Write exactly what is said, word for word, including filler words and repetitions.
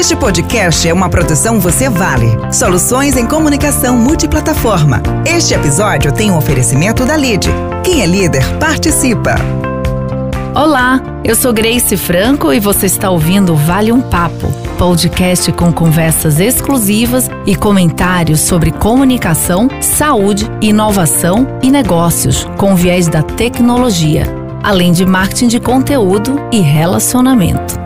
Este podcast é uma produção Você Vale. Soluções em comunicação multiplataforma. Este episódio tem um oferecimento da Lide. Quem é líder, participa. Olá, eu sou Grace Franco e você está ouvindo o Vale um Papo, podcast com conversas exclusivas e comentários sobre comunicação, saúde, inovação e negócios com viés da tecnologia, além de marketing de conteúdo e relacionamento.